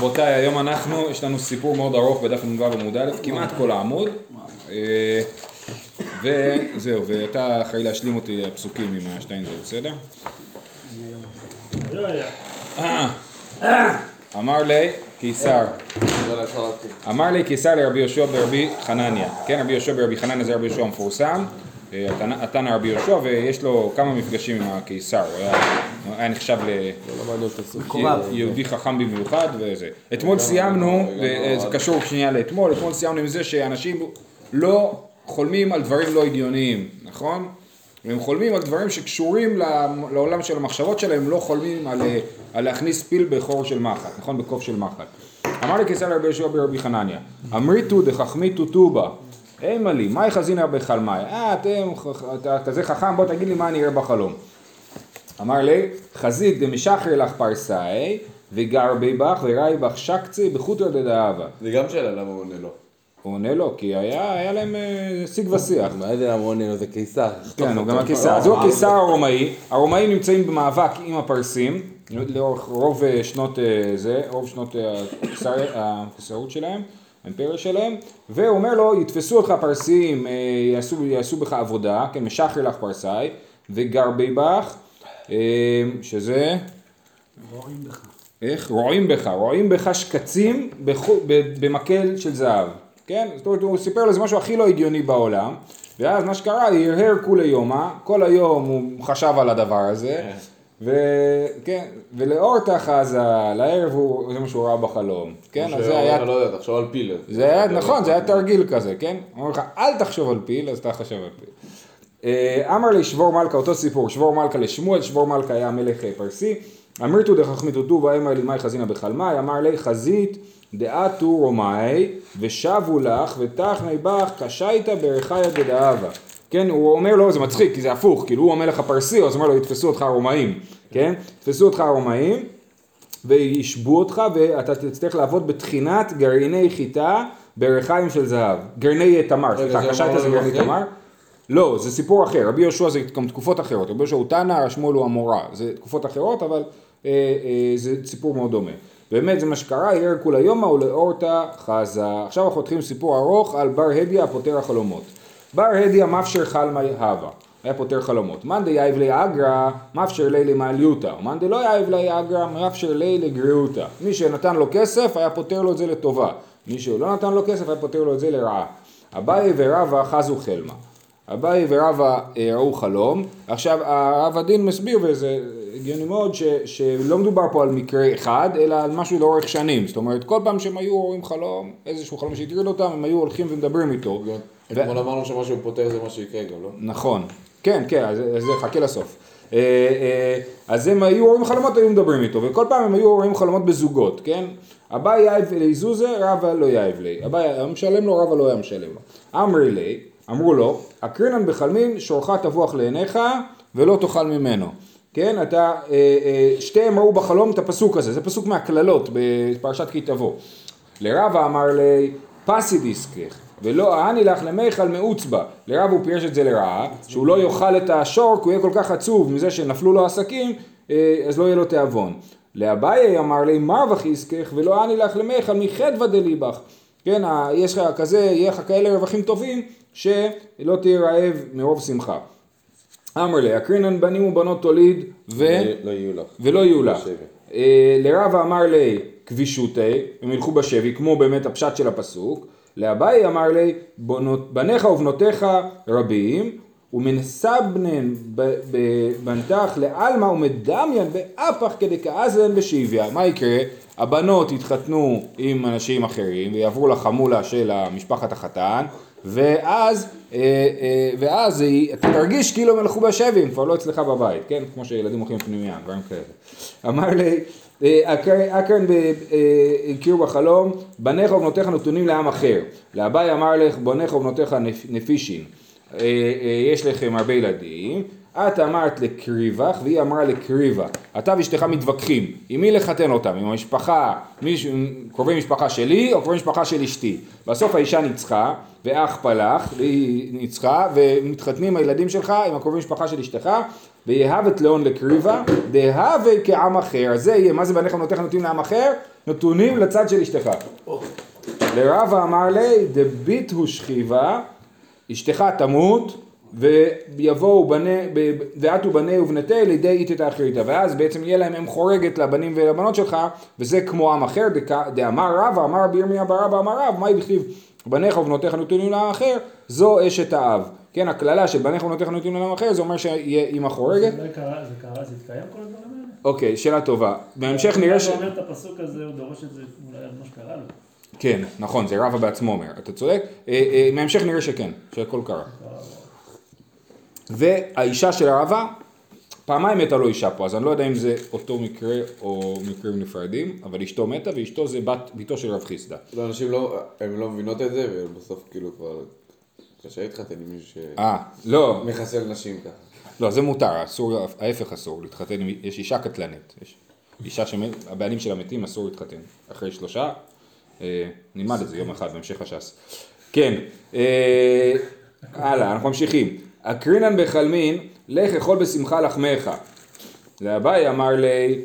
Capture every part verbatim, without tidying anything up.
רבותיי, היום אנחנו, יש לנו סיפור מאוד ארוך בדף נ"ו עמוד א', כמעט כל העמוד. וזהו, ואתה אחראי להשלים אותי הפסוקים עם השתיים, זה בסדר? אמר לי קיסר, אמר לי קיסר לרבי יהושע ברבי חנניה. כן, רבי יהושע ברבי חנניה זה רבי יהושע המפורסם, התנא רבי יהושע, ויש לו כמה מפגשים עם הקיסר, הוא היה, היה נחשב ליהודי חכם במיוחד וזה. אתמול סיימנו, וזה קשור שנייה לאתמול, אתמול סיימנו עם זה שאנשים לא חולמים על דברים לא הגיוניים, נכון? הם חולמים על דברים שקשורים לעולם של המחשבות שלהם, לא חולמים על, על להכניס פיל בחור של מחט, נכון? בקוף של מחט. אמר לי קיסר לרבי יהושע ברבי חנניה, אמריתו דחכמיתו טובה, אימה לי, מה יחזינה בחלמי? אה, אתם, אתה כזה חכם, בוא תגיד לי מה אני אראה בחלום. אמר לי, חזית דמשחרר לך פרסאי, וגר בי בך, וראי בך שקצי בחוטר דדאבה. זה גם שאלה למה הוא עונה לו. הוא עונה לו, כי היה, היה להם שיג ושיח. מה זה למה הוא עונה לו? זה קיסר. כן, הוא גם הקיסר. אז הוא הקיסר הרומאי. הרומאים נמצאים במאבק עם הפרסים, לאורך רוב שנות זה, רוב שנות הקיסרות שלהם. האימפריה שלהם, והוא אומר לו, יתפסו אותך פרסים, יעשו, יעשו בך עבודה, כן, משחרר לך פרסאי, וגר בי בך, שזה... רואים בך. איך? רואים בך, רואים בך שקצים במקל של זהב, כן? זאת אומרת, הוא סיפר לו זה משהו הכי לא הגיוני בעולם, ואז מה שקרה, הרהר כולי יומה, כל היום הוא חשב על הדבר הזה, וכן, ולאורתך אז לערב הוא, זה מה שהוא ראה בחלום, כן, אז זה היה, לא יודע, תחשוב על פיל. זה היה, נכון, זה היה תרגיל כזה, כן, הוא אומר לך, אל תחשוב על פיל, אז אתה חשב על פיל. אמר לי שבור מלכה, אותו סיפור, שבור מלכה לשמואל, שבור מלכה היה מלך פרסי, אמרתו דחכמיתו טובה, אמר לי מה יחזינה בחלמי, אמר לי חזית דעתו רומאי, ושבו לך ותחני בך קשייתא ברחיה דדאבה. כן, הוא אומר לו, זה מצחיק, כי זה הפוך, כאילו הוא המלך הפרסי, אז הוא אומר לו, יתפסו אותך הרומאים, כן? יתפסו אותך הרומאים, וישבו אותך, ואתה תצטרך לעבוד בתחינת גרעיני חיטה, ברחיים של זהב. גרעיני תמר, סליחה, קשייתא זה גרעיני תמר? לא, זה סיפור אחר, רבי יהושע זה גם תקופות אחרות, רבי יהושע הוא תנא, שמואל הוא אמורא, זה תקופות אחרות, אבל אה, אה, זה סיפור מאוד דומה. באמת זה מה שקרה, ירא כולי יומא ולאורתא חזה. עכשיו אנחנו מתחילים סיפור ארוך על בר הדיא הפותר החלומות. בר הדיא מפשר חלמי הווה, היה פותר חלומות. מאן דייב לי אגרא, מפשר לי למעליותא, ומאן דלא יייב לי אגרא, מפשר לי לגריעותא. מי שנתן לו כסף היה פותר לו את זה לטובה, מי שלא נתן לו כסף היה פותר לו את זה לרעה. אביי ורבא חזו חלמה. אביי ורבא ראו חלום, עכשיו הרב הדין מסביר וזה הגיוני מאוד ש, שלא מדובר פה על מקרה אחד אלא על משהו לאורך שנים, זאת אומרת כל פעם שהם היו רואים חלום, איזשהו חלום שהטריד אותם, הם היו הולכים ומדברים איתו. אתמול אמרנו שמה שהוא פותר זה מה שיקרה גם, לא? נכון, כן, כן, אז זה חכה לסוף. אז הם היו רואים חלומות, היו מדברים איתו, וכל פעם הם היו רואים חלומות בזוגות, כן? אביי יאיב לי זוזה, רבא לא יאיב לי. אביי היה משלם לו, רבא לא היה משלם לו. אמרי לי, אמרו לו, הקרינן בחלמין שורך תבוח לעיניך ולא תאכל ממנו. כן, אתה, שתיהם ראו בחלום את הפסוק הזה, זה פסוק מהכללות בפרשת כי תבוא. לרבא אמר לי, פסי דיסקך, ולא אהני לך למיכל מעוץ בה. לרבא הוא פירש את זה לרעה, שהוא לא יאכל את השור, כי הוא יהיה כל כך עצוב מזה שנפלו לו עסקים, אז לא יהיה לו תיאבון. לאביי אמר לי, מרווח עסקך, ולא אהני לך למיכל מחדווה דליבך. כן, יש לך כזה, יהיה לך כאלה רווחים טובים, שלא תהיה רעב מרוב שמחה. אמר לי, הקרינן בנים ובנות תוליד ו... לא יהיו לך. ולא יהיו לך. לרבא אמר לי, כבישותי, הם ילכו בשבי, כמו באמת הפשט של הפסוק. לאביי אמר לי, בניך ובנותיך רבים, ומנסבנן בנתך לאלמה ומדמיין באפח כדי כאזן בשביה. מה יקרה? הבנות יתחתנו עם אנשים אחרים ויעברו לחמולה של המשפחת החתן, ואז, ואז אתה תרגיש כאילו הם הלכו בשבי, הם כבר לא אצלך בבית, כן? כמו שילדים הולכים פנימיים, דברים כאלה. אמר לי, אקרן הכירו בחלום, בניך ובנותיך נתונים לעם אחר. לאביי אמר לך, בניך ובנותיך נפישין. יש לכם הרבה ילדים, את אמרת לקריבך והיא אמרה לקריבה, אתה ואשתך מתווכחים, עם מי לחתן אותם, עם המשפחה, מישהו, קרובי משפחה שלי או קרובי משפחה של אשתי. בסוף האישה ניצחה ואח פלח, היא ניצחה ומתחתנים הילדים שלך עם הקרובי משפחה של אשתך, ויהבת לאון לקריבה, דהווה כעם אחר. אז זה יהיה, מה זה בניך ובנותיך נותנים לעם אחר? נתונים לצד של אשתך. לרבא אמר לי, דבית הוא שכיבה, אשתך תמות, ויבואו בני, ועתו בני ובנתי לידי איתת האחריתה, ואז בעצם יהיה להם אם חורגת לבנים ולבנות שלך, וזה כמו עם אחר, דאמר רבא, אמר רבי ירמיה בר אבא אמר רב, מה בכתיב בניך ובנותיך נתונים לעם אחר, זו אשת האב. כן, הכללה של בניך ובנותיך נתונים לעם אחר, זה אומר שיהיה אימא חורגת. זה קרה, זה קרה, זה התקיים כל הדברים האלה? אוקיי, שאלה טובה. בהמשך נראה ש... הוא אומר את הפסוק הזה, הוא דורש את זה אולי על מה שקרה לו. כן, נכון, זה רבא בעצמו אומר, אתה צודק. מהמשך נראה שכן, שהכל קרה. והאישה של רבא, פעמיים מתה לו אישה פה, אז אני לא יודע אם זה אותו מקרה או מקרים נפרדים, אבל אשתו מתה ואשתו זה בת, ביתו של רב חיסדא. אנשים לא, הם לא מבינות את זה, ובסוף כאילו כבר קשה להתחתן עם מישהו ש... אה, לא. מחסל נשים ככה. לא, זה מותר, אסור, ההפך אסור, להתחתן, יש אישה קטלנית, יש אישה שהבעלים שלה מתים, אסור להתחתן. אחרי שלושה, אה, נלמד את זה יום אחד בהמשך הש"ס. כן, אה, הלאה, אנחנו ממשיכים. אקרינן בחלמין, לך אכול בשמחה לחמך. לאביי אמר לי,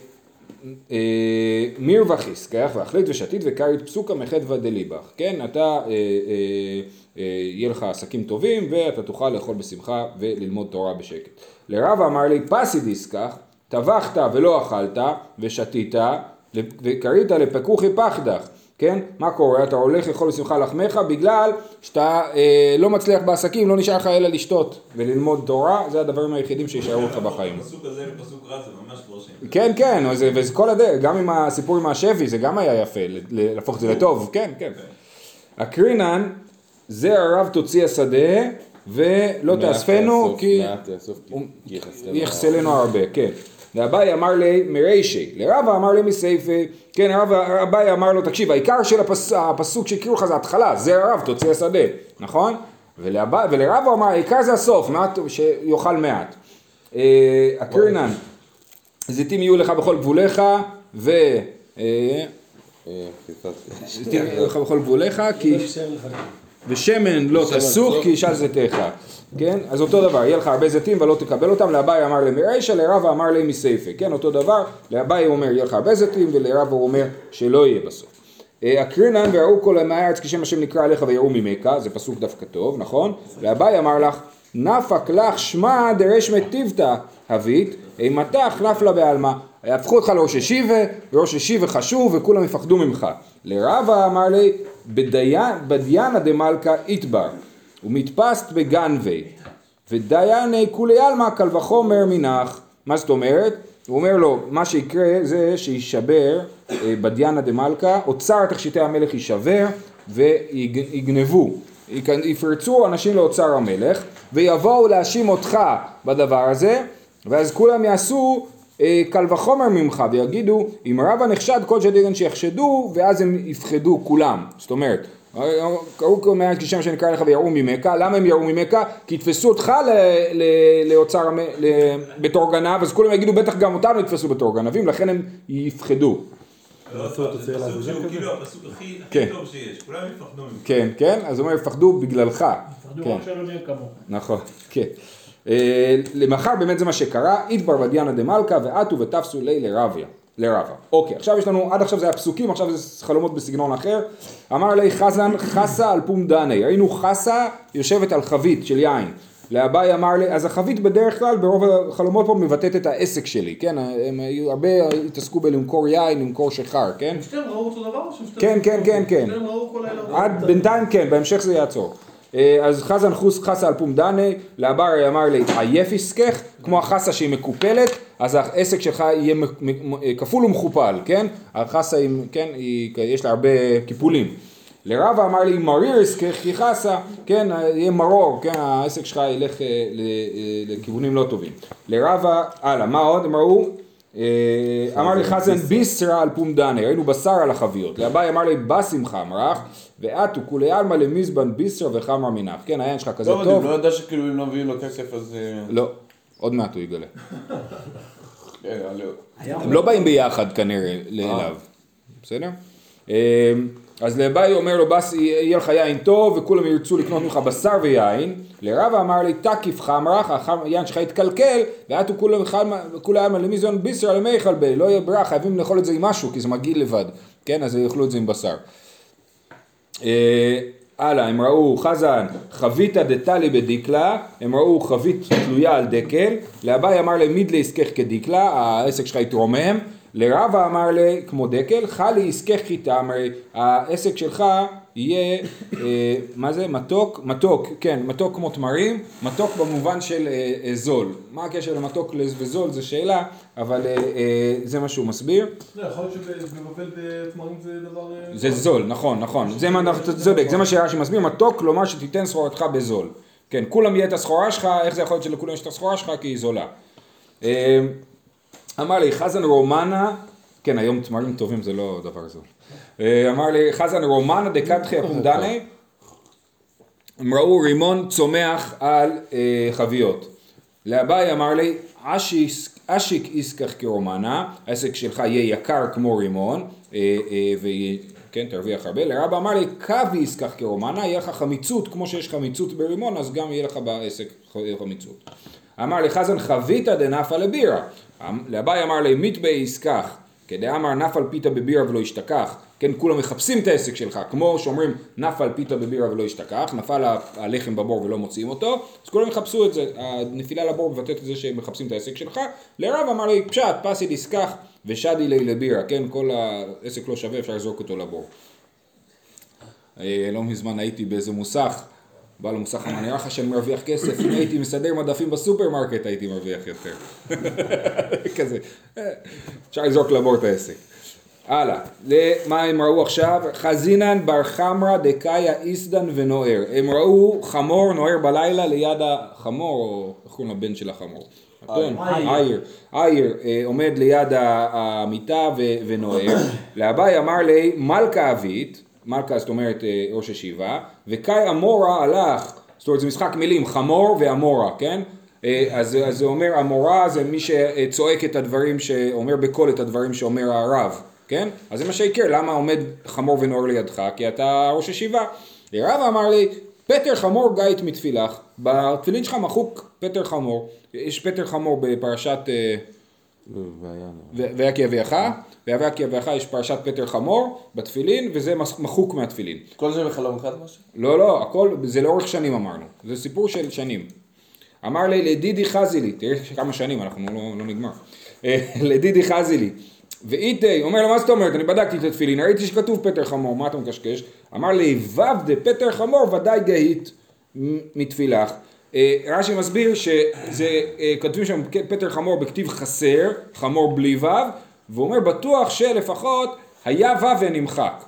מיר וחיס, כך ואכלית ושתית וקרית פסוקה מחדווה דליבך. כן, אתה, אה, אה, אה, יהיה לך עסקים טובים ואתה תוכל לאכול בשמחה וללמוד תורה בשקט. לרבא אמר לי, פסידיס כך, טבחת ולא אכלת ושתית וקרית לפקוחי פחדך. כן? מה קורה? אתה הולך לאכול בשמחה לחמך בגלל שאתה אה, לא מצליח בעסקים, לא נשאר לך אלא לשתות וללמוד תורה, זה הדברים היחידים שישארו לך בחיים. הפסוק הזה ופסוק רע זה ממש דורשים. כן, כן, וזה, וזה כל הדרך, גם עם הסיפור עם השבי, זה גם היה יפה, להפוך את זה לטוב, כן, כן. הקרינן, זה הרב תוציא השדה, ולא תאספנו, כי יחסלנו הרבה, כן. לאביי אמר לי מרישי, לרבא אמר לי מסייפי, כן, אביי אמר לו, תקשיב, העיקר של הפס, הפסוק שהקריאו לך זה ההתחלה, זה הרב, תוציא השדה, נכון? ולאביי, ולרבא אמר, העיקר זה הסוף, מעט, שיאכל מעט. אה, הקרינן, זיתים יהיו לך בכל גבוליך, ו... אה, זיתים יהיו לך בכל גבוליך, כי... ושמן לא תסוך כי ישאל זיתך, כן? אז אותו דבר, יהיה לך הרבה זיתים ולא תקבל אותם, לאביי אמר למרישא, לרבא אמר לי מסייפי, כן? אותו דבר, לאביי הוא אומר יהיה לך הרבה זיתים ולרבא הוא אומר שלא יהיה בסוף. הקרינן וראו כל עמי הארץ כשם השם נקרא עליך ויראו ממך, זה פסוק דווקא טוב, נכון? לאביי אמר לך, נפק לך שמע דרש מטיבתא הבית, אימתך נפלה בעלמא, הפכו אותך לראש ישיבה, וראש ישיבה חשוב וכולם יפחדו ממך. לרבא אמר לי, בדיינה דמלכה איתבר, ומתפסת בגנבי, ודייני כולי עלמא קל וחומר מנך. מה זאת אומרת? הוא אומר לו, מה שיקרה זה שישבר בדיינה דמלכה, אוצר תכשיטי המלך יישבר ויגנבו, יפרצו אנשים לאוצר המלך, ויבואו להאשים אותך בדבר הזה, ואז כולם יעשו קל וחומר ממך, ויגידו, אם רבא נחשד כל שדגן שיחשדו, ואז הם יפחדו כולם. זאת אומרת, קראו כל מעט כשם שנקרא לך ויראו ממך, למה הם יראו ממך? כי יתפסו אותך לאוצר בתור גנב, אז כולם יגידו, בטח גם אותנו יתפסו בתור גנבים, לכן הם יפחדו. זה פסוק שהוא כאילו הפסוק הכי טוב שיש, כולם יפחדו ממך. כן, כן, אז הוא אומר, יפחדו בגללך. יפחדו רק שלא נהיה כמוך. נכון, כן. למחר באמת זה מה שקרה, איתבר בדיינה דמלכה ועטו ותפסו לי לרביה, לרבא. אוקיי, עכשיו יש לנו, עד עכשיו זה היה פסוקים, עכשיו זה חלומות בסגנון אחר. אמר לי חזן חסה על פום דני, ראינו חסה יושבת על חבית של יין. לאביי אמר לי, אז החבית בדרך כלל ברוב החלומות פה מבטאת את העסק שלי, כן? הם הרבה התעסקו בלמכור יין, למכור שחר, כן? שתיהם ראו אותו דבר או שתיהם? כן, כן, כן, כן. שתיהם ראו כל לילה? עד בינתיים כן, בהמשך זה יעצור. אז חזן חוס חסה על פום דני, לאביי אמר לי, עייף עסקך, כמו החסה שהיא מקופלת, אז העסק שלך יהיה כפול ומכופל, כן? החסה, כן, יש לה הרבה קיפולים. לרבא אמר לי, מריר עסקך כי חסה, כן, יהיה מרור, כן, העסק שלך ילך לכיוונים לא טובים. לרבא, הלאה, מה עוד? הם ראו, אמר לי חזן ביסרה על פום דני, ראינו בשר על החביות. לאביי אמר לי, בשמחה מרח, ועטו כולי עלמא למזבן ביסרה וחמר מנח. כן, העין שלך כזה טוב. טוב, אני לא יודע שכאילו אם לא מביאים לו כסף אז... לא, עוד מעט הוא יגלה. הם לא באים ביחד כנראה לאליו, בסדר? אז לאביי אומר לו, בס, יהיה לך יין טוב וכולם ירצו לקנות ממך בשר ויין. לרבא אמר לי, תקיף חמרך, היין שלך יתקלקל, ועטו כולי עלמא למזבן ביסרה למי חלבל, לא יהיה ברירה, חייבים לאכול את זה עם משהו כי זה מגעיל לבד. כן, אז יאכלו את זה עם בשר. הלאה, הם ראו חזן חבית דתלי בדיקלה, הם ראו חבית תלויה על דקל, לאביי אמר לי מידלי עסקך כדיקלה, העסק שלך יתרומם, לרבא אמר לי כמו דקל, חלי עסקך חיטה, אמרי העסק שלך יהיה, אה, מה זה? מתוק? מתוק, כן, מתוק כמו תמרים, מתוק במובן של אה, אה, זול. מה הקשר למתוק וזול? זו שאלה, אבל אה, אה, זה מה שהוא מסביר. לא, יכול להיות שבבבל בתמרים זה דבר... זה זול, נכון, נכון. זה מה אתה צודק, זה מה שרש"י מסביר, מתוק, כלומר שתיתן סחורתך בזול. כן, כולם יהיה את הסחורה שלך, איך זה יכול להיות שלכולם יש את הסחורה שלך? כי היא זולה. אמר לי, חזן רומנה, כן, היום תמרים טובים זה לא דבר זול. אמר לי, חזן רומנה דקתחי הקומדני, הם ראו רימון צומח על חביות. לאביי אמר לי, אשיק איסקח כרומנה, העסק שלך יהיה יקר כמו רימון, וכן, תרוויח הרבה. לרבא אמר לי, קווי איסקח כרומנה, יהיה לך חמיצות, כמו שיש חמיצות ברימון, אז גם יהיה לך בעסק חמיצות. אמר לי, חזן חביתה דנפה לבירה. לאביי אמר לי, מיתבה איסקח, כדאמר נפל פיתה בבירה ולא השתכח. כן, כולם מחפשים את העסק שלך, כמו שאומרים נפל פיתה בבירה ולא השתכח, נפל הלחם בבור ולא מוצאים אותו, אז כולם מחפשו את זה, הנפילה לבור מבטאת את זה שהם מחפשים את העסק שלך. לרב אמר לי, פשט, פסי דיסקח ושדי לי לבירה, כן, כל העסק לא שווה, אפשר לזרוק אותו לבור. לא מזמן הייתי באיזה מוסך, בא למוסך אמר, נראה לך שאני מרוויח כסף, אם הייתי מסדר מדפים בסופרמרקט הייתי מרוויח יותר. כזה, אפשר לזרוק לבור את העסק. הלאה, למה הם ראו עכשיו? חזינן בר חמרה דקאיה איסדן ונוער. הם ראו חמור נוער בלילה ליד החמור, או איך קוראים לבן של החמור? אייר. אייר עומד ליד המיטה ונוער. לאביי אמר לי מלכה אבית, מלכה זאת אומרת ראש השיבה, וקאי אמורה הלך, זאת אומרת זה משחק מילים, חמור ואמורה, כן? אז זה אומר אמורה זה מי שצועק את הדברים, שאומר בקול את הדברים שאומר הרב. כן? אז זה מה שיקר, למה עומד חמור ונוער לידך? כי אתה ראש השיבה. הרב אמר לי, פטר חמור גאית מתפילך, בתפילין שלך מחוק פטר חמור, יש פטר חמור בפרשת והיה כי אביך, והיה כי אביך יש פרשת פטר חמור בתפילין, וזה מחוק מהתפילין. כל זה בחלום אחד משהו? לא, לא, הכל, זה לאורך שנים אמרנו, זה סיפור של שנים. אמר לי, לדידי חזי לי, תראה כמה שנים, אנחנו לא, לא נגמר. לדידי חזי לי. ואיתי, אומר לו, מה זאת אומרת? אני בדקתי את התפילין, ראיתי שכתוב פטר חמור, מה אתה מקשקש? אמר לי, וו דפטר חמור ודאי גאית מתפילך. רש"י מסביר שזה, כתבים שם פטר חמור בכתיב חסר, חמור בלי וו, והוא אומר, בטוח שלפחות היה וו ונמחק.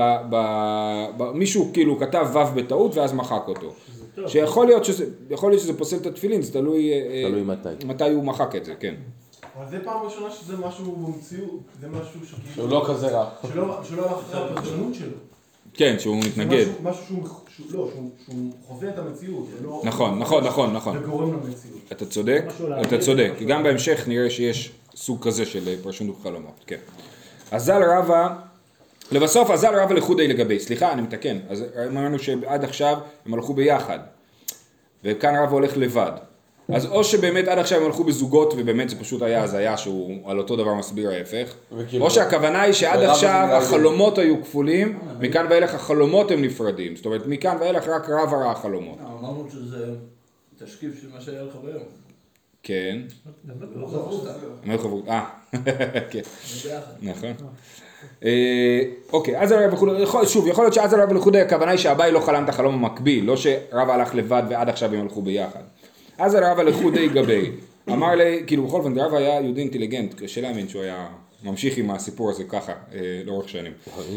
מישהו כאילו כתב וו בטעות ואז מחק אותו. שיכול להיות שזה, יכול להיות שזה פוסל את התפילין, זה תלוי, תלוי מתי. מתי הוא מחק את זה, כן. אבל זה פעם ראשונה שזה משהו במציאות, זה משהו שכאילו... שהוא לא כזה רע. שלא הלך אחרי הפרשנות שלו. כן, שהוא מתנגד. משהו שהוא, לא, שהוא חווה את המציאות. נכון, נכון, נכון, נכון. וגורם למציאות. אתה צודק, אתה צודק. גם בהמשך נראה שיש סוג כזה של פרשנות חלומות, כן. אזל רבא, לבסוף אזל רבא לחודי לגבי, סליחה, אני מתקן. אז אמרנו שעד עכשיו הם הלכו ביחד. וכאן רבא הולך לבד. אז או שבאמת עד עכשיו הם הלכו בזוגות ובאמת זה פשוט היה הזיה שהוא על אותו דבר מסביר ההפך, או שהכוונה היא שעד עכשיו החלומות היו כפולים, מכאן ואילך החלומות הם נפרדים, זאת אומרת מכאן ואילך רק רב הרע החלומות. אמרנו שזה תשקיף של מה שהיה לך ביום. כן. לא חברות. לא חברות, אה, כן. נכון. אוקיי, אז הרב לחודי, שוב, יכול להיות שאז הרב לחודי הכוונה היא שהבאי לא חלם את החלום המקביל, לא שרב הלך לבד ועד עכשיו הם הלכו ביחד. אז הרב לחודי גבי, אמר לי, כאילו בכל זאת, הרב היה יהודי אינטליגנט, קשה להאמין שהוא היה ממשיך עם הסיפור הזה ככה, לאורך שנים.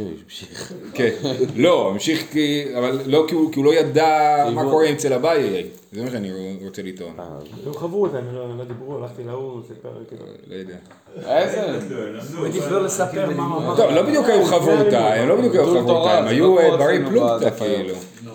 כן, לא, המשיך, אבל לא כי הוא לא ידע מה קורה אצל אביי, זה מה שאני רוצה לטעון. הם חברו אותם, הם לא דיברו, הלכתי להוא, סיפר כאילו. לא יודע. איזה? הוא עדיף לא לספר מה ממש. טוב, לא בדיוק היו חברותה, הם לא בדיוק היו חברותה, הם היו ברי פלוגתא כאילו.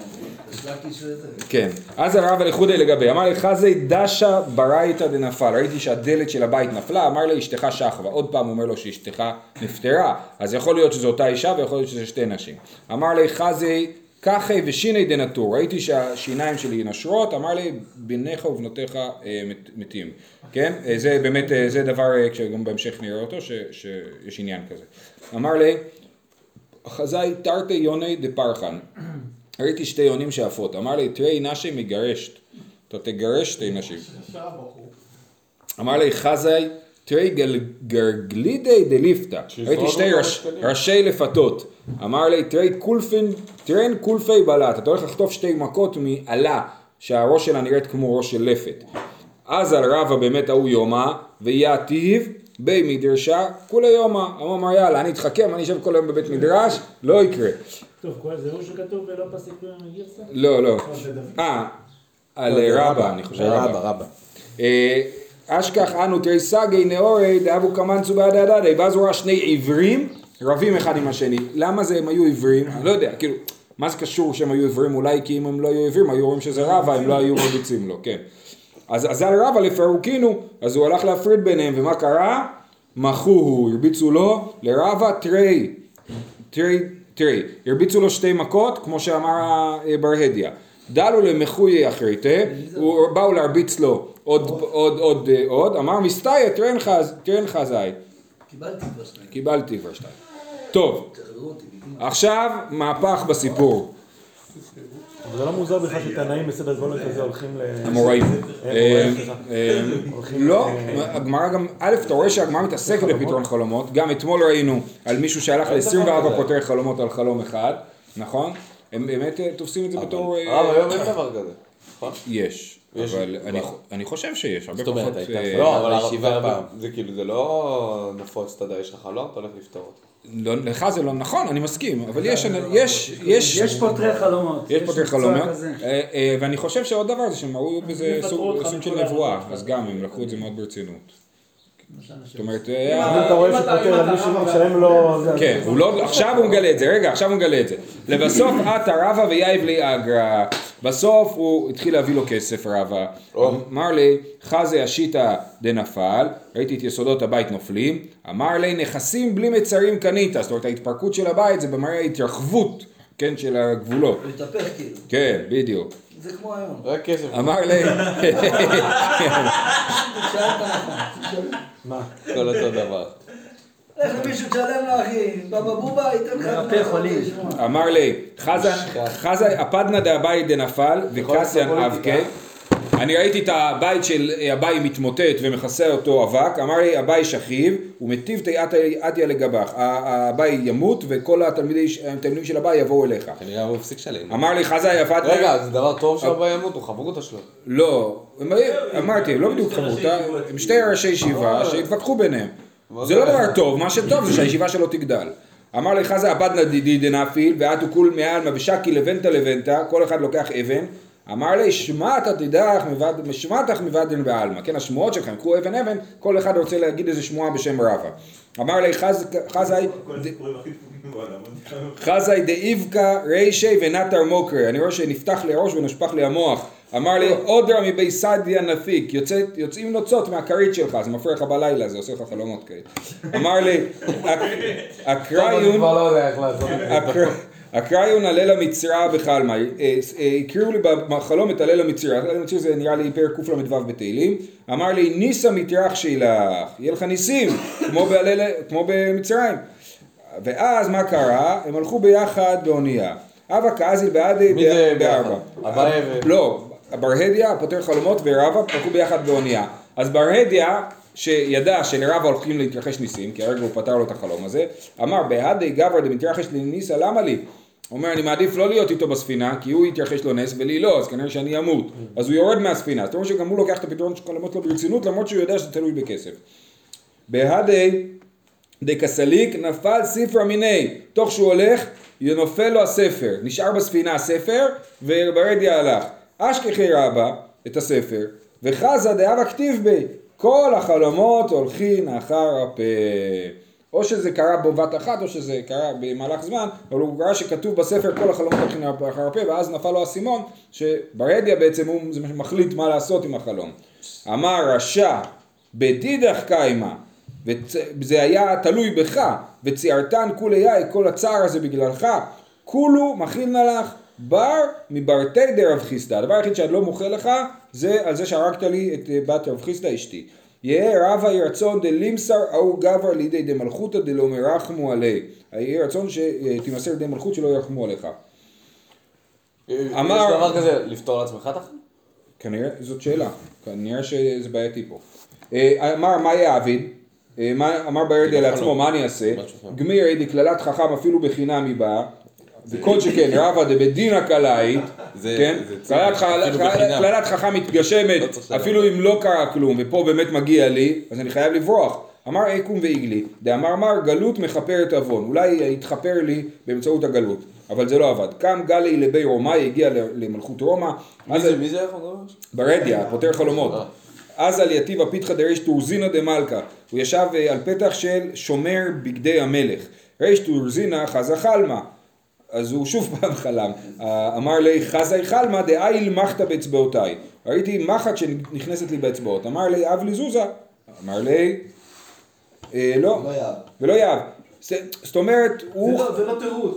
כן, אז הרב לחודי לגבי, אמר לי חזי דשה ברייתא דנפל, ראיתי שהדלת של הבית נפלה, אמר לי אשתך שחווה, עוד פעם אומר לו שאשתך נפטרה, אז יכול להיות שזו אותה אישה ויכול להיות שזה שתי נשים. אמר לי חזי כחי ושיני דנטור, ראיתי שהשיניים שלי נשרות, אמר לי בניך ובנותיך מתים, כן? זה באמת, זה דבר, כשגם בהמשך נראה אותו, שיש עניין כזה. אמר לי, אחזי תרתי יוני דפרחן. ראיתי שתי יונים שעפות, אמר לי, תראי נשי מגרשת, אתה תגרש שתי נשים. אמר לי, חזי, תראי גרגלידי דליפתא, ראיתי שתי ראשי לפתות, אמר לי, תראי קולפין, תראין קולפי בלט, אתה הולך לחטוף שתי מכות מעלה, שהראש שלה נראית כמו ראש של לפת. אז על רבא באמת ההוא יומה, ויעתיב בי מדרשה, כולי יומה, אמר יאללה, אני אתחכם, אני אשב כל היום בבית מדרש, לא יקרה. טוב, כל זה הוא שכתוב ולא פסיק מגרסה? לא, לא. אה, על רבא, אני חושב רבא. רבא. אשכח אנו תראי סגי נאורי דאבו קמנצו בעד הדדי, ואז הוא ראה שני עיוורים רבים אחד עם השני. למה זה הם היו עיוורים? אני לא יודע, כאילו, מה זה קשור שהם היו עיוורים? אולי כי אם הם לא היו עיוורים, היו רואים שזה רבא, הם לא היו מרביצים לו, כן. אז, אז על רבא לפרוקינו, אז הוא הלך להפריד ביניהם, ומה קרה? מחוהו, הרביצו לו לרבא תרי, תרי, תרי, הרביצו לו שתי מכות, כמו שאמר בר הדיה. דלו למחויי אחריתה, באו להרביץ לו עוד, עוד, עוד, עוד, אמר מסתיה, תרן חז, תרן חזי. קיבלתי כבר שתיים. קיבלתי כבר שתיים. טוב, עכשיו מהפך בסיפור. אבל זה לא מוזר בכלל שתנאים בסדר גודל כזה הולכים ל... המוראים. לא, הגמרא גם, א', אתה רואה שהגמרא מתעסקת בפתרון חלומות, גם אתמול ראינו על מישהו שהלך ל-עשרים וארבע פותרי חלומות על חלום אחד, נכון? הם באמת תופסים את זה בתור... אבל היום אין דבר כזה, נכון? יש, אבל אני חושב שיש, הרבה פחות... לא, אבל הישיבה זה כאילו, זה לא נפוץ, אתה יודע, יש לך חלום, אתה הולך לפתור אותו. לך זה לא נכון, אני מסכים, אבל יש... יש יש פותרי חלומות. יש פותרי חלומות, ואני חושב שעוד דבר זה שהם ראו בזה סוג של נבואה, אז גם הם לקחו את זה מאוד ברצינות. זאת אומרת, אם אתה רואה שפותר על מישהו משלם לו... כן, עכשיו הוא מגלה את זה, רגע, עכשיו הוא מגלה את זה. לבסוף עתה רבא ויאיב לי אגרא, בסוף הוא התחיל להביא לו כסף רבא. אמר לי, חזי השיטה דנפל, ראיתי את יסודות הבית נופלים, אמר לי, נכסים בלי מצרים קנית, זאת אומרת, ההתפרקות של הבית זה במראה ההתרחבות, כן, של הגבולות. להתהפך כאילו. כן, בדיוק. זה כמו היום. רק כסף. אמר לי... מה? כל אותו דבר. איך למישהו תשלם לו אחי, בבא בובה ייתן לך... מרפא חולים. אמר לי, חזי הפדנא דאביי דנפל וקסיין אבקה. אני ראיתי את הבית של אביי מתמוטט ומכסה אותו אבק, אמר לי אביי שכיב, הוא מטיב תיאתיה לגבך, אביי ימות וכל התלמידים של אביי יבואו אליך. כנראה הוא הפסיק שלם. אמר לי חזי הפדנא... רגע, זה דבר טוב שאביי ימות, הוא חברותא שלו. לא, אמרתי, הם לא בדיוק חברותא, הם שתי ראשי ישיבה שהתווכחו ביניהם. זה לא דבר טוב, מה שטוב זה שהישיבה שלו תגדל. אמר לי חזי הפדנא דידי דנפיל, ועתו כול מעלמא ושקי לבנטה לבנטה, כל אחד לוקח אבן. אמר לי, שמעת תדח, שמעתך מבדן בעלמא, כן, השמועות שלכם, קחו אבן אבן, כל אחד רוצה להגיד איזה שמועה בשם רבא. אמר לי, חזי, חזי דאיבקה רישי ונטר מוקרי, אני רואה שנפתח לי ראש ונשפך לי המוח. אמר לי, אודרה מבי סעדיה נפיק, יוצאים נוצות מהכרית שלך, זה מפריע לך בלילה, זה עושה לך חלומות כאלה. אמר לי, הקריון, הקריון הלילה מצרה בחלמה, הקריאו לי בחלום את הלילה מצרה, הלילה מצרה זה נראה לי פרק קל"ו בתהילים, אמר לי ניסה מטרח שילך, יהיה לך ניסים, כמו במצרים, ואז מה קרה? הם הלכו ביחד באונייה, אבא קאזיל בעדי בארבע, לא, בר הדיה, פותר חלומות ורבא הלכו ביחד באונייה, אז בר הדיה שידע שלרבא הולכים להתרחש ניסים, כי הרגע הוא פתר לו את החלום הזה, אמר בהדי גבר דמתרחש לי ניסה, למה לי? הוא אומר, אני מעדיף לא להיות איתו בספינה, כי הוא יתרחש לו נס ולי לא, אז כנראה שאני אמות. אז הוא יורד מהספינה, זאת אומרת שגם הוא לוקח את הפתרון של חלומות לו ברצינות, למרות שהוא יודע שזה תלוי בכסף. בהדי דקסליק נפל ספר מיני, תוך שהוא הולך, נופל לו הספר, נשאר בספינה הספר, וברדיה הלך. אשכחי רבא את הספר, וחזה דאבא כתיב בי, כל החלומות הולכים אחר הפה. או שזה קרה בבת אחת, או שזה קרה במהלך זמן, אבל הוא קרא שכתוב בספר כל החלומות הולכים אחר הפה, ואז נפל לו הסימון, שברדיה בעצם הוא מחליט מה לעשות עם החלום. אמר רשע, בדידך קיימה, וזה היה תלוי בך, וציירתן כולי יאי, כל הצער הזה בגללך, כולו מכיל נלך, בר מברתי דרב חיסדא. הדבר היחיד שעד לא מוחה לך, זה על זה שהרגת לי את בת רב חיסדא אשתי. יהיה רב הירצון דלימסר או גבר לידי דמלכותא דלא מרחמו עלי. יהיה רצון שתימסר די מלכות שלא ירחמו עליך. אמר... יש דבר כזה לפתור לעצמך תחת? כנראה, זאת שאלה. כנראה שזה בעייתי פה. אמר מה יעביד? אמר ברדיה לעצמו, מה אני אעשה? גמיר דקללת חכם אפילו בחינם היא באה, וכל שכן רבא דבדינא קלעית, כן? קללת חכם מתגשמת אפילו אם לא קרה כלום, ופה באמת מגיע לי, אז אני חייב לברוח. אמר איקום ואיגלי, דאמר מר גלות מכפרת עוון, אולי יתחפר לי באמצעות הגלות, אבל זה לא עבד. קם גלי לבי רומא, הגיע למלכות רומא. מי זה? מי זה יכול לדבר? ברדיה, פותר חלומות. אז על יתיב הפיתחא דריש טורזינא דמלכה, הוא ישב על פתח של שומר בגדי המלך. ריש טורזינא חזה חלמה, אז הוא שוב פעם חלם. אמר לי חזי חלמה דאיל מחתא באצבעותיי, ראיתי מחט שנכנסת לי באצבעות. אמר לי אב לי זוזה, אמר לי לא, ולא יאב. זאת אומרת, הוא... זה לא תירוץ.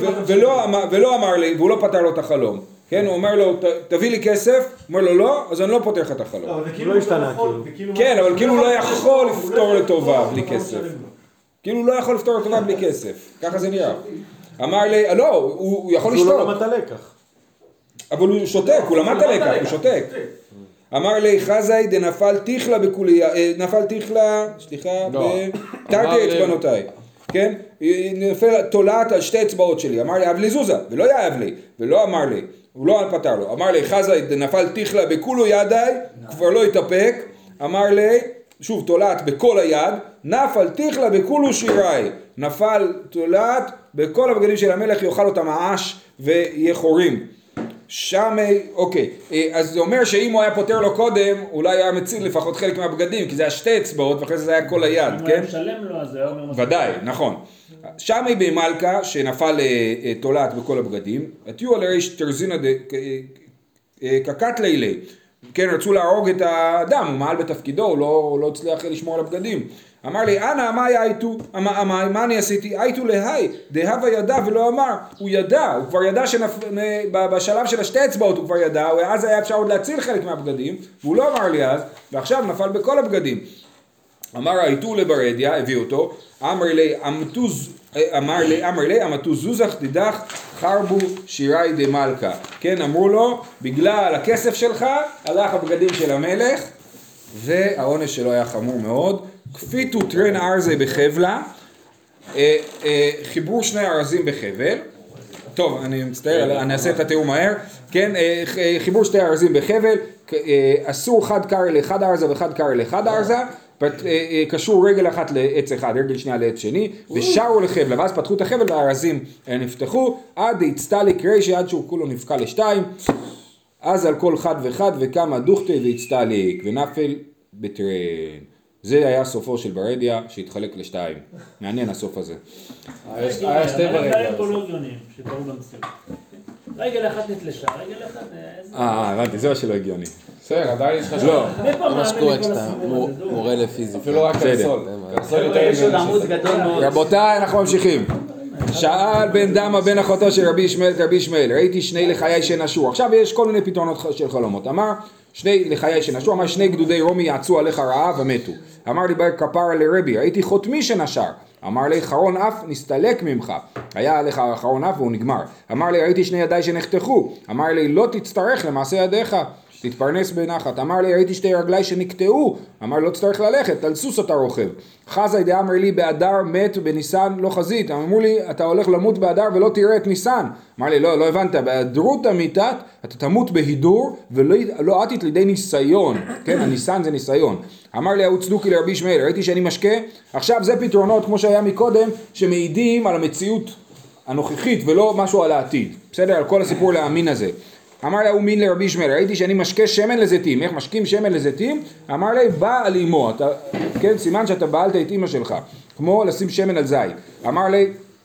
ולא אמר לי, והוא לא פתר לו את החלום. כן, הוא אומר לו, תביא לי כסף, הוא אומר לו לא, אז אני לא פותח את החלום. הוא לא השתנה, כאילו. כן, אבל כאילו הוא לא יכול לפתור לטובה בלי כסף. כאילו הוא לא יכול לפתור לטובה בלי כסף. ככה זה נראה. אמר לי, לא, הוא יכול לשתוק. הוא לא למד הלקח. אבל הוא שותק, הוא למד את הלקח, הוא שותק. אמר לי חזאי דנפל תיכלה בכוליה, נפל תיכלה, סליחה, תרתי אצבעותיי. כן? נפל תולעת על שתי אצבעות שלי. אמר לי, אב לי זוזה, ולא יאהב לי, ולא אמר לי, הוא לא פתר לו. אמר לי, חזאי נפל תיכלה בכולו ידיי, כבר לא התאפק. אמר לי, שוב, תולעת בכל היד, נפל תיכלה בכולו שיריי. נפל תולעת בכל הבגדים של המלך, יאכל אותם העש ויהיה חורים. שם, אוקיי, אז זה אומר שאם הוא היה פותר לו קודם, אולי היה מציל לפחות חלק מהבגדים, כי זה היה שתי אצבעות, ואחרי זה היה כל היד, כן? אם הוא היה משלם לו, אז זה היה אומר משהו. ודאי, נכון. שם היא במלכה, שנפל תולעת בכל הבגדים, התיאו על הריש תרזינא כקת לילי, כן, רצו להרוג את האדם, הוא מעל בתפקידו, הוא לא, לא הצליח לשמור על הבגדים. אמר לי, אנא, מה הייתו? מה אני עשיתי? הייתו להי, דהבה ידע ולא אמר. הוא ידע, הוא כבר ידע שבשלב של השתי אצבעות הוא כבר ידע, אז היה אפשר עוד להציל חלק מהבגדים, והוא לא אמר לי אז, ועכשיו נפל בכל הבגדים. אמר הייתו לברדיה, הביא אותו, אמר לי, אמר לי, אמר לי, אמתו זוזך תדח חרבו שירי דמלכה. כן, אמרו לו, בגלל הכסף שלך, הלך הבגדים של המלך, והעונש שלו היה חמור מאוד. כפיתו טרן ארזי בחבלה, חיברו שני ארזים בחבל, טוב אני מצטער, אני אעשה את התיאור מהר, כן, חיברו שתי ארזים בחבל, אסור חד קרא לאחד ארזה וחד קרא לאחד ארזה, קשור רגל אחת לעץ אחד, רגל שנייה לעץ שני, ושרו לחבלה, ואז פתחו את החבל והארזים נפתחו, עד הצטליק רישי, עד שהוא כולו נפקע לשתיים, אז על כל חד וחד וכמה דוכתי והצטליק, ונפל בטרן. זה היה סופו של ברדיה שהתחלק לשתיים. מעניין הסוף הזה. היה שתי ברדיה. היה פה לא הגיונים שקראו במציאות. רגל אחת נתלשה, רגל אחת... אה, הבנתי, זה שלא הגיוני. בסדר, עדיין יש לך... לא. זה מה שקורה כשאתה מורה לפיזיקה. אפילו רק קרסול. יש עוד עמוד גדול מאוד. רבותיי, אנחנו ממשיכים. שאל בן דמה בן אחותו של רבי ישמעאל את רבי ישמעאל, ראיתי שני לחיי שנשו. עכשיו יש כל מיני פתרונות של חלומות. אמר שני לחיי שנשו, אמר שני גדודי רומי יעצו עליך רעה ומתו. אמר לי בר כפרה לרבי, ראיתי חותמי שנשר. אמר לי חרון אף נסתלק ממך, היה עליך חרון אף והוא נגמר. אמר לי ראיתי שני ידיי שנחתכו. אמר לי לא תצטרך למעשה ידיך, תתפרנס בנחת. אמר לי ראיתי שתי רגלי שנקטעו. אמר לא תצטרך ללכת, על סוס אתה רוכב. חזאי דאמר לי באדר מת בניסן לא חזית. אמרו לי אתה הולך למות באדר ולא תראה את ניסן. אמר לי לא, לא הבנת, בהידרות אמיתת אתה תמות בהידור ולא לא עתית לידי ניסיון. כן, הניסן זה ניסיון. אמר לי צדוקי לרבי ישמעאל, ראיתי שאני משקה. עכשיו זה פתרונות כמו שהיה מקודם שמעידים על המציאות הנוכחית ולא משהו על העתיד. בסדר, על כל הסיפור להאמין הזה. אמר לה הוא מין לרבי ישמעאל, ראיתי שאני משקה שמן לזיתים. איך משקים שמן לזיתים? אמר לה בא על אמו, אתה, כן, סימן שאתה בעלת את אמא שלך, כמו לשים שמן על זית. אמר לה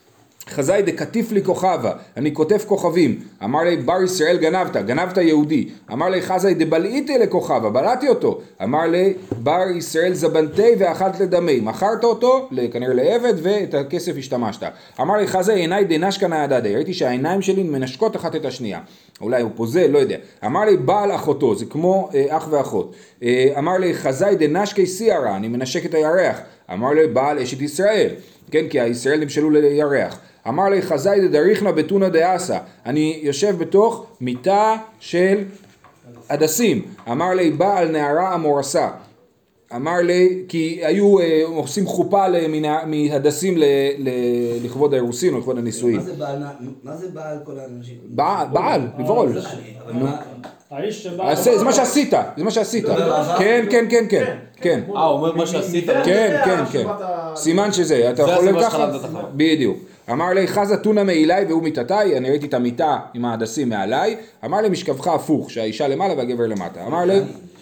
חזאי דקטיף לי כוכבה, אני כותב כוכבים. אמר לי בר ישראל גנבת, גנבת יהודי. אמר לי חזאי דבלעיתי לכוכבה, בלעתי אותו. אמר לי בר ישראל זבנתי ואכלת לדמי, מכרת אותו כנראה לעבד ואת הכסף השתמשת. אמר לי חזאי עיניי דנשקא נעדדי, ראיתי שהעיניים שלי מנשקות אחת את השנייה. אולי הוא פוזל, לא יודע. אמר לי בעל אחותו, זה כמו אה, אח ואחות. אה, אמר לי חזאי דנשקי סיירה, אני מנשק את הירח. אמר לי בעל אשת ישראל, כן, כי הישראל נמשלו לירח. אמר לי חזאי דריכנה בתונה דאסה, אני יושב בתוך מיטה של הדסים. אמר לי בעל נערה המורסה. אמר לי, כי היו אה, עושים חופה מהדסים ל, ל, לכבוד האירוסין או לכבוד הנישואין. מה זה בעל, מה זה בעל כל האנשים? בעל, בעל, לברול. האיש שבא... זה מה שעשית, זה מה שעשית. כן, כן, כן, כן. כן. אה, הוא אומר מה שעשית. כן, כן, כן. סימן שזה, אתה יכול לקחת. בדיוק. אמר לי חזה תונה מאילי והוא מיטתי, אני ראיתי את המיטה עם ההדסים מעליי. אמר לי משכבך הפוך, שהאישה למעלה והגבר למטה. אמר לי...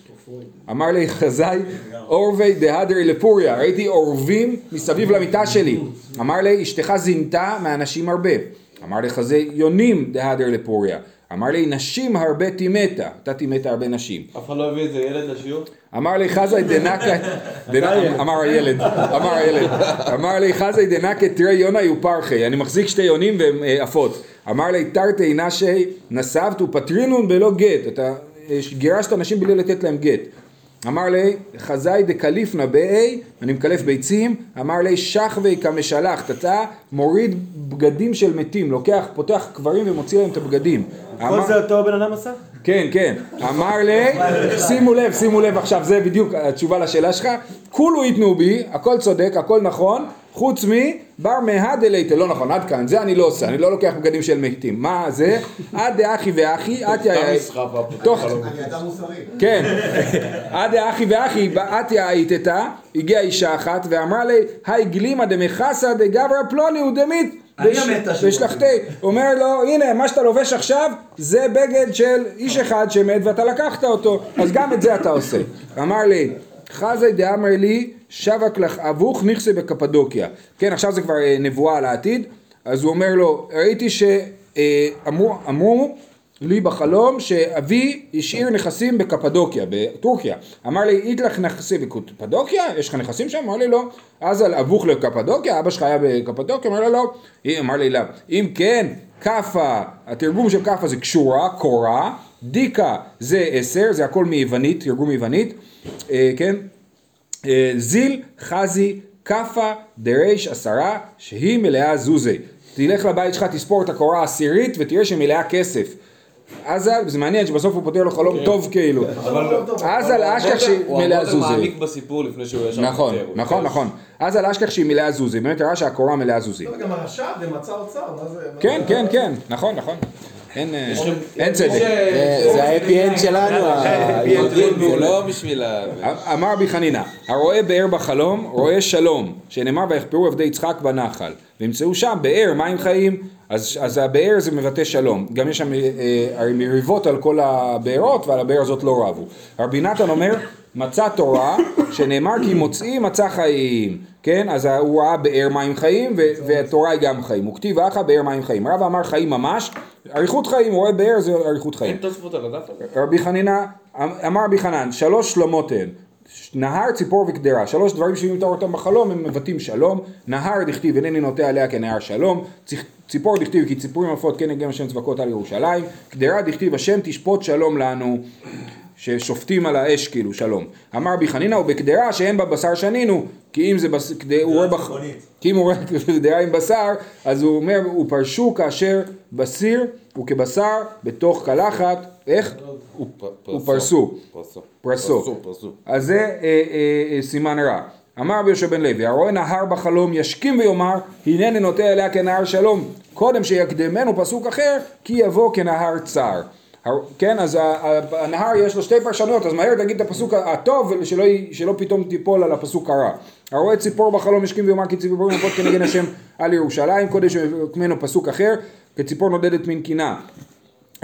אמר לי חזאי אורבי דהדרי לפוריה, ראיתי אורבים מסביב למיטה שלי. אמר לי אשתך זינתה מאנשים הרבה. אמר לי חזאי יונים דהדרי לפוריה. אמר לי נשים הרבה תימתה, אתה תימתה הרבה נשים. אף אחד לא הביא איזה ילד לשיעור? אמר לי חזאי דנקה, אמר הילד, אמר הילד, אמר לי חזאי דנקה תראה יונה יופרחי, אני מחזיק שתי יונים והם עפות. אמר לי תרתי נשי נסבת ופטרינון בלא גט, אתה גירשת אנשים בלי לתת להם גט. אמר לי חזאי דקליפנה באי, אני מקלף ביצים. אמר לי שחווי כמשלחת, אתה מוריד בגדים של מתים, לוקח, פותח קברים ומוציא להם את הבגדים. כל זה אותו בן אדם עשה? כן, כן. אמר לי, שימו לב, שימו לב עכשיו, זה בדיוק התשובה לשאלה שלך. כולו יתנו בי, הכל צודק, הכל נכון, חוץ מי, בר מהד אליתה, לא נכון, עד כאן, זה אני לא עושה, אני לא לוקח בגדים של מתים. מה זה? עד דאחי ואחי, עד יאי... תוך... אני אדם מוסרי. כן. עד דאחי ואחי, עד יאית איתה, הגיעה אישה אחת ואמרה לי, היי גלימה דמחסה דגברה פלוני ודמית. ושלחתי, אומר לו, הנה מה שאתה לובש עכשיו זה בגד של איש אחד שמת ואתה לקחת אותו, אז גם את זה אתה עושה. אמר לי חזאי דאמר לי שבק לך אבוך נכסה בקפדוקיה. כן, עכשיו זה כבר נבואה על העתיד. אז הוא אומר לו, ראיתי שאמרו אמרו לי בחלום שאבי השאיר נכסים בקפדוקיה, בטורקיה. אמר לי, אית לך נכסים בקפדוקיה? יש לך נכסים שם? אמר לי לא. אז על אבוך לקפדוקיה, אבא שלך היה בקפדוקיה? אמר לי לא. אמר לי לא. אם כן, קפה, התרגום של קפה זה קשורה, קורה, דיקה זה עשר, זה הכל מיוונית, תרגום מיוונית, אה, כן? אה, זיל, חזי, קפה, דרש, עשרה, שהיא מלאה זוזי. תלך לבית שלך, תספור את הקורה העשירית ותראה שמלאה כסף. אז זה מעניין שבסוף הוא פותר לו חלום טוב כאילו. אז על אשכח שהיא מלאה זוזי. הוא מעמיק בסיפור לפני שהוא ישר נכון, פותר. נכון, נכון. אז על אשכח שהיא מלאה זוזי. באמת הראה שהקורה מלאה זוזי. גם הרשע ומצא אוצר, מה זה? כן, כן, כן. נכון, נכון. אין צדק. זה האפי-אנד שלנו. זה לא בשביל ה... אמר רבי חנינא, הרואה באר בחלום, רואה שלום, שנאמר ויחפרו עבדי יצחק בנחל, וימצאו שם באר מים חיים, אז, אז הבאר זה מבטא שלום. גם יש שם אה, מריבות על כל הבארות, ועל הבאר הזאת לא רבו. רבי נתן אומר, מצא תורה, שנאמר כי מוצאים מצא חיים, כן? אז הוא ראה באר מים חיים, והתורה היא גם חיים. הוא כתיב אחא באר מים חיים. רב אמר חיים ממש, אריכות חיים, הוא רואה באר זה אריכות חיים. אין תוספות על הדף? רבי חנינא, אמר רבי חנן, שלוש שלומות הן. נהר, ציפור וקדרה, שלוש דברים שאם תראו אותם בחלום הם מבטאים שלום. נהר דכתיב אינני נוטה עליה כנהר שלום, ציפור דכתיב כי ציפורים עפות כן יגם השם צבקות על ירושלים, קדרה דכתיב השם תשפוט שלום לנו, ששופטים על האש כאילו שלום. אמר רבי חנינא ובקדרה שאין בה בשר שנינו, כי אם זה בס... כדי... הוא רואה בח... כי אם הוא רואה קדרה עם בשר, אז הוא אומר הוא פרשו כאשר בסיר וכבשר בתוך קלחת, איך? הוא פרסו. פרסו. אז זה אה, אה, סימן רע. אמר רבי יהושע בן לוי, הרואה נהר בחלום ישכים ויאמר, הנני נוטה אליה כנהר שלום, קודם שיקדמנו פסוק אחר, כי יבוא כנהר צר. כן, אז הנהר יש לו שתי פרשנויות, אז מהר תגיד את הפסוק הטוב, שלא, שלא פתאום תיפול על הפסוק הרע. הרואה ציפור בחלום ישכים ויאמר, כי ציפור נפות כנגן השם על ירושלים, קודם שיקדמנו פסוק אחר, כציפור נודדת מן קינה.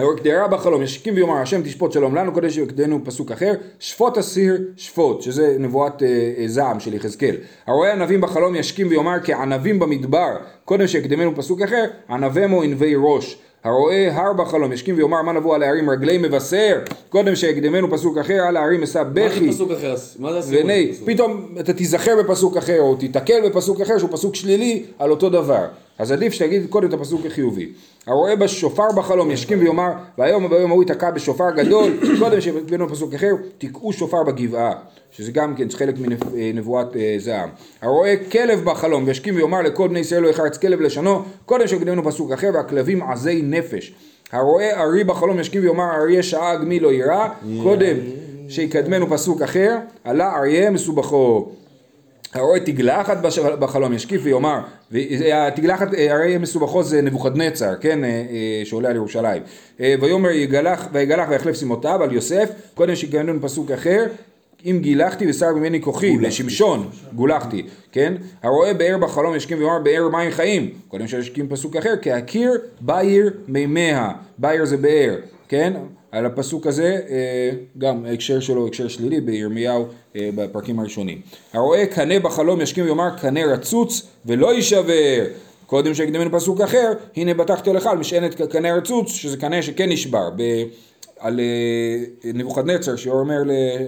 הרואה קדרה בחלום, ישכים ויאמר השם תשפוט שלום לנו, קודש יקדנו פסוק אחר, שפוט אסיר שפוט, שזה נבואת אה, אה, זעם של יחזקאל. הרואה ענבים בחלום ישכים ויאמר כענבים במדבר, קודם שיקדמנו פסוק אחר, ענבמו ענבי ראש. הרואה הר בחלום ישכים ויאמר מה נבוא על הערים רגלי מבשר, קודם שיקדמנו פסוק אחר, על הערים אשא בכי. מה זה פסוק אחר? מה זה הסיום? וני, פתאום אתה תיזכר בפסוק אחר או תתקל בפסוק אחר שהוא פסוק שלילי על אותו דבר. אז עדיף שתגיד קודם את הפסוק החיובי. הרואה בשופר בחלום ישכים ויאמר והיום וביום ההוא ייתקע בשופר גדול, קודם שיקדמנו פסוק אחר תקעו שופר בגבעה, שזה גם כן חלק מנבואת זעם. הרואה כלב בחלום וישכים ויאמר לכל בני ישראל לא יחרץ כלב לשנו, קודם שיקדמנו פסוק אחר והכלבים עזי נפש. הרואה ארי בחלום ישכים ויאמר אריה שאג מי לא יירא, קודם שיקדמנו פסוק אחר עלה אריה מסובכו. הרואה תגלחת בחלום ישקיף ויאמר, והתגלחת הרי מסובכו זה נבוכדנצר, כן, שעולה על ירושלים. ויאמר יגלח ויגלח ויחלף שימותיו על יוסף, קודם שיקדמנו פסוק אחר, אם גילחתי ושר ממני כוחי, לשמשון, גולחתי, כן? הרואה באר בחלום ישכים ויאמר באר מים חיים, קודם שישכים פסוק אחר, כהכיר בעיר מימיה, בעיר זה באר, כן? על הפסוק הזה, גם ההקשר שלו, הקשר שלילי בירמיהו בפרקים הראשונים. הרואה קנה בחלום ישכים ויאמר קנה רצוץ ולא יישבר, קודם שיקדמנו פסוק אחר, הנה בטחתי לך על משענת קנה רצוץ, שזה קנה שכן נשבר, ב... על נבוכדנצר שאומר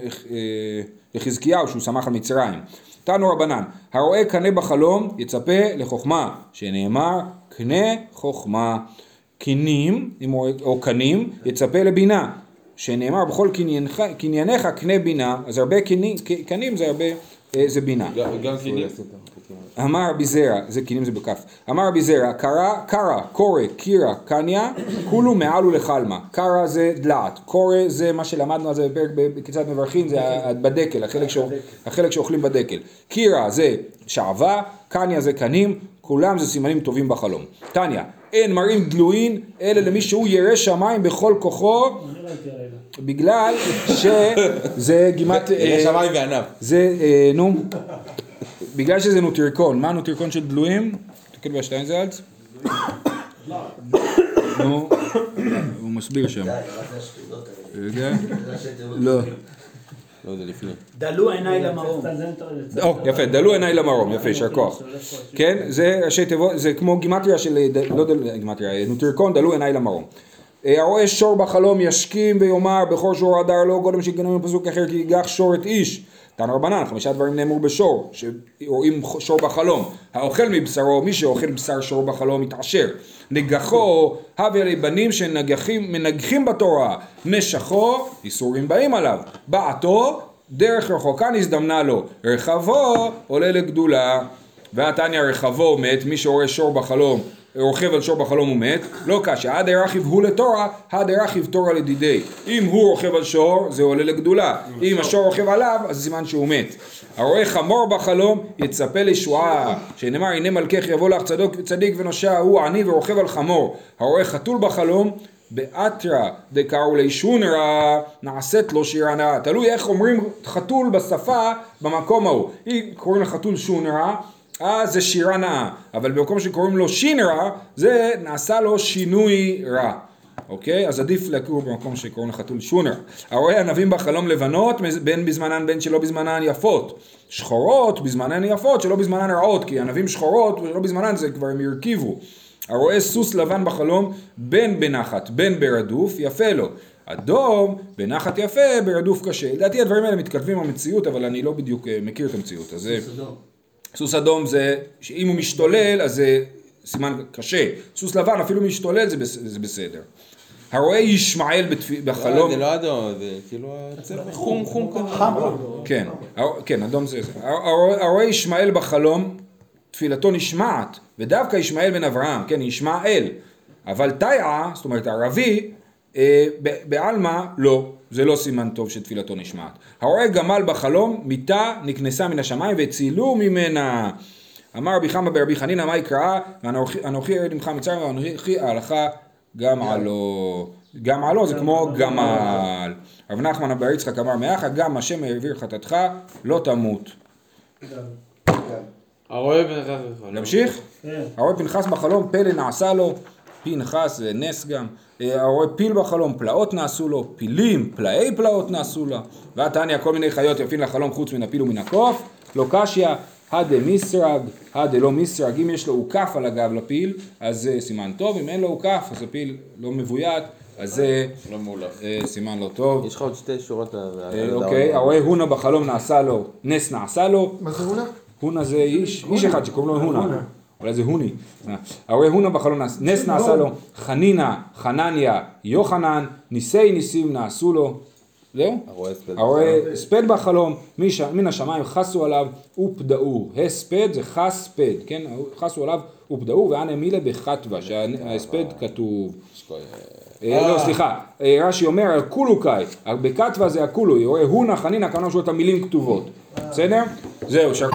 לחזקיהו שהוא שמח על מצרים. תנו רבנן, הרואה קנה בחלום יצפה לחוכמה, שנאמר קנה חוכמה. קנים או קנים יצפה לבינה, שנאמר בכל קנייניך קנה בינה, אז הרבה קנים זה הרבה זה בינה. גם קנים. אמר רבי זרע, זה קנים זה בכף, אמר רבי זרע, קרא, קרא, קורא, קירה, קניה, כולו מעלו לחלמה. קרא זה דלעת, קורא זה מה שלמדנו על זה בפרק בקצת מברכים, זה בדקל, החלק, ש... החלק שאוכלים בדקל. קירה זה שעבה, קניה זה קנים, כולם זה סימנים טובים בחלום. תניה, אין מראים דלוין, אלא למי שהוא ירא שמיים בכל כוחו, בגלל שזה גימת... ירא שמיים וענב. זה, נו, בגלל שזה נוטריקון. מה נוטריקון של דלויים? תקל בשטיינזלץ? נו, הוא מסביר שם. רגע? לא. לא, זה לפני. דלו עיניי למרום. או, יפה, דלו עיניי למרום, יפה, יישר כוח. כן, זה ראשי תיבות, זה כמו גימטריה של, לא גימטריה, נוטריקון, דלו עיניי למרום. הרואה שור בחלום ישכים ויאמר בכל שור הדר לו, קודם שיקדמנו פסוק אחר כי יגח שור את איש. תנו רבנן, חמישה דברים נאמרו בשור, שרואים שור בחלום. האוכל מבשרו, מי שאוכל בשר שור בחלום מתעשר. נגחו, הביא עלי בנים שמנגחים בתורה. נשכו, איסורים באים עליו. בעתו, דרך רחוקה נזדמנה לו. רחבו, עולה לגדולה. והתניא רחבו מת, מי שרואה שור בחלום, רוכב על שור בחלום הוא מת, לא קשה, עד הרחיב הוא לתורה, עד הרחיב תורה לדידי. אם הוא רוכב על שור, זה עולה לגדולה. אם השור רוכב עליו, אז סימן שהוא מת. הרואה חמור בחלום, יצפה לישועה, שנאמר, הנה מלכך יבוא לך צדוק, צדיק ונושע, הוא עני ורוכב על חמור. הרואה חתול בחלום, באתרא דקראו לישונרא, נעשית לו שירה נאה. תלוי איך אומרים חתול בשפה במקום ההוא. אם קוראים לחתול שונרא, אז זה שירה נאה, אבל במקום שקוראים לו שינרא, זה נעשה לו שינוי רע. אוקיי? אז עדיף לקרוא במקום שקוראים לחתול שונרא. הרואה ענבים בחלום לבנות, בין בזמנן בין שלא בזמנן יפות. שחורות בזמנן יפות, שלא בזמנן רעות, כי ענבים שחורות ולא בזמנן זה כבר הם ירכיבו. הרואה סוס לבן בחלום, בין בנחת, בין ברדוף, יפה לו. אדום, בנחת יפה, ברדוף קשה. לדעתי הדברים האלה מתכתבים במציאות, אבל אני לא בדיוק מכיר את המציאות. אז זה... סוס אדום זה, שאם הוא משתולל, אז זה סימן קשה. סוס לבן, אפילו משתולל, זה, זה בסדר. הרואה ישמעאל בחלום... זה לא אדום, זה כאילו... חום, חום כזה. כן, כן, אדום זה זה. הרואה ישמעאל בחלום, תפילתו נשמעת, ודווקא ישמעאל בן אברהם, כן, ישמעאל. אבל תאיה, זאת אומרת, ערבי, בעלמא, לא. זה לא סימן טוב שתפילתו נשמעת. הרואה גמל בחלום, מיטה נכנסה מן השמיים והצילו ממנה. אמר רבי חמא ברבי חנינא מה יקרא, ואנוכי ירד עמך מצרים ואנוכי ההלכה גמלו. גמלו זה כמו גמל. רב נחמן בר יצחק אמר מאחה, גם השם העביר חטאתך לא תמות. הרואה פנחס בחלום. נמשיך? הרואה פנחס בחלום, פלא נעשה לו. פנחס זה נס גם, הרואה פיל בחלום, פלאות נעשו לו, פילים, פלאי פלאות נעשו לה, והתניא כל מיני חיות יפין לחלום חוץ מן הפיל ומן הקוף, לא קשיא, הדה מסרג, הדה לא מסרג, אם יש לו עוקף על הגב לפיל, אז זה סימן טוב, אם אין לו עוקף, אז הפיל לא מבוית, אז זה לא מעולף. סימן לא טוב. יש לך עוד שתי שורות. אוקיי, הרואה הונה בחלום נעשה לו, נס נעשה לו. מה זה הונה? הונה זה איש, איש אחד שקוראים לו הונה. אולי זה הוני. הרואה הונה בחלום נס נעשה לו, חנינה, חנניה, יוחנן, ניסי ניסים נעשו לו. זהו? הרואה הספד בחלום, מן השמיים חסו עליו ופדאו. הספד זה חספד, כן? חסו עליו ופדאו, ואנה מילה בחטווה, שההספד כתוב. לא, סליחה, רש"י אומר על כולוקאי, בכתווה זה הכולו, רואה הונה, חנינה, כמובן שיש את המילים כתובות. בסדר? זהו.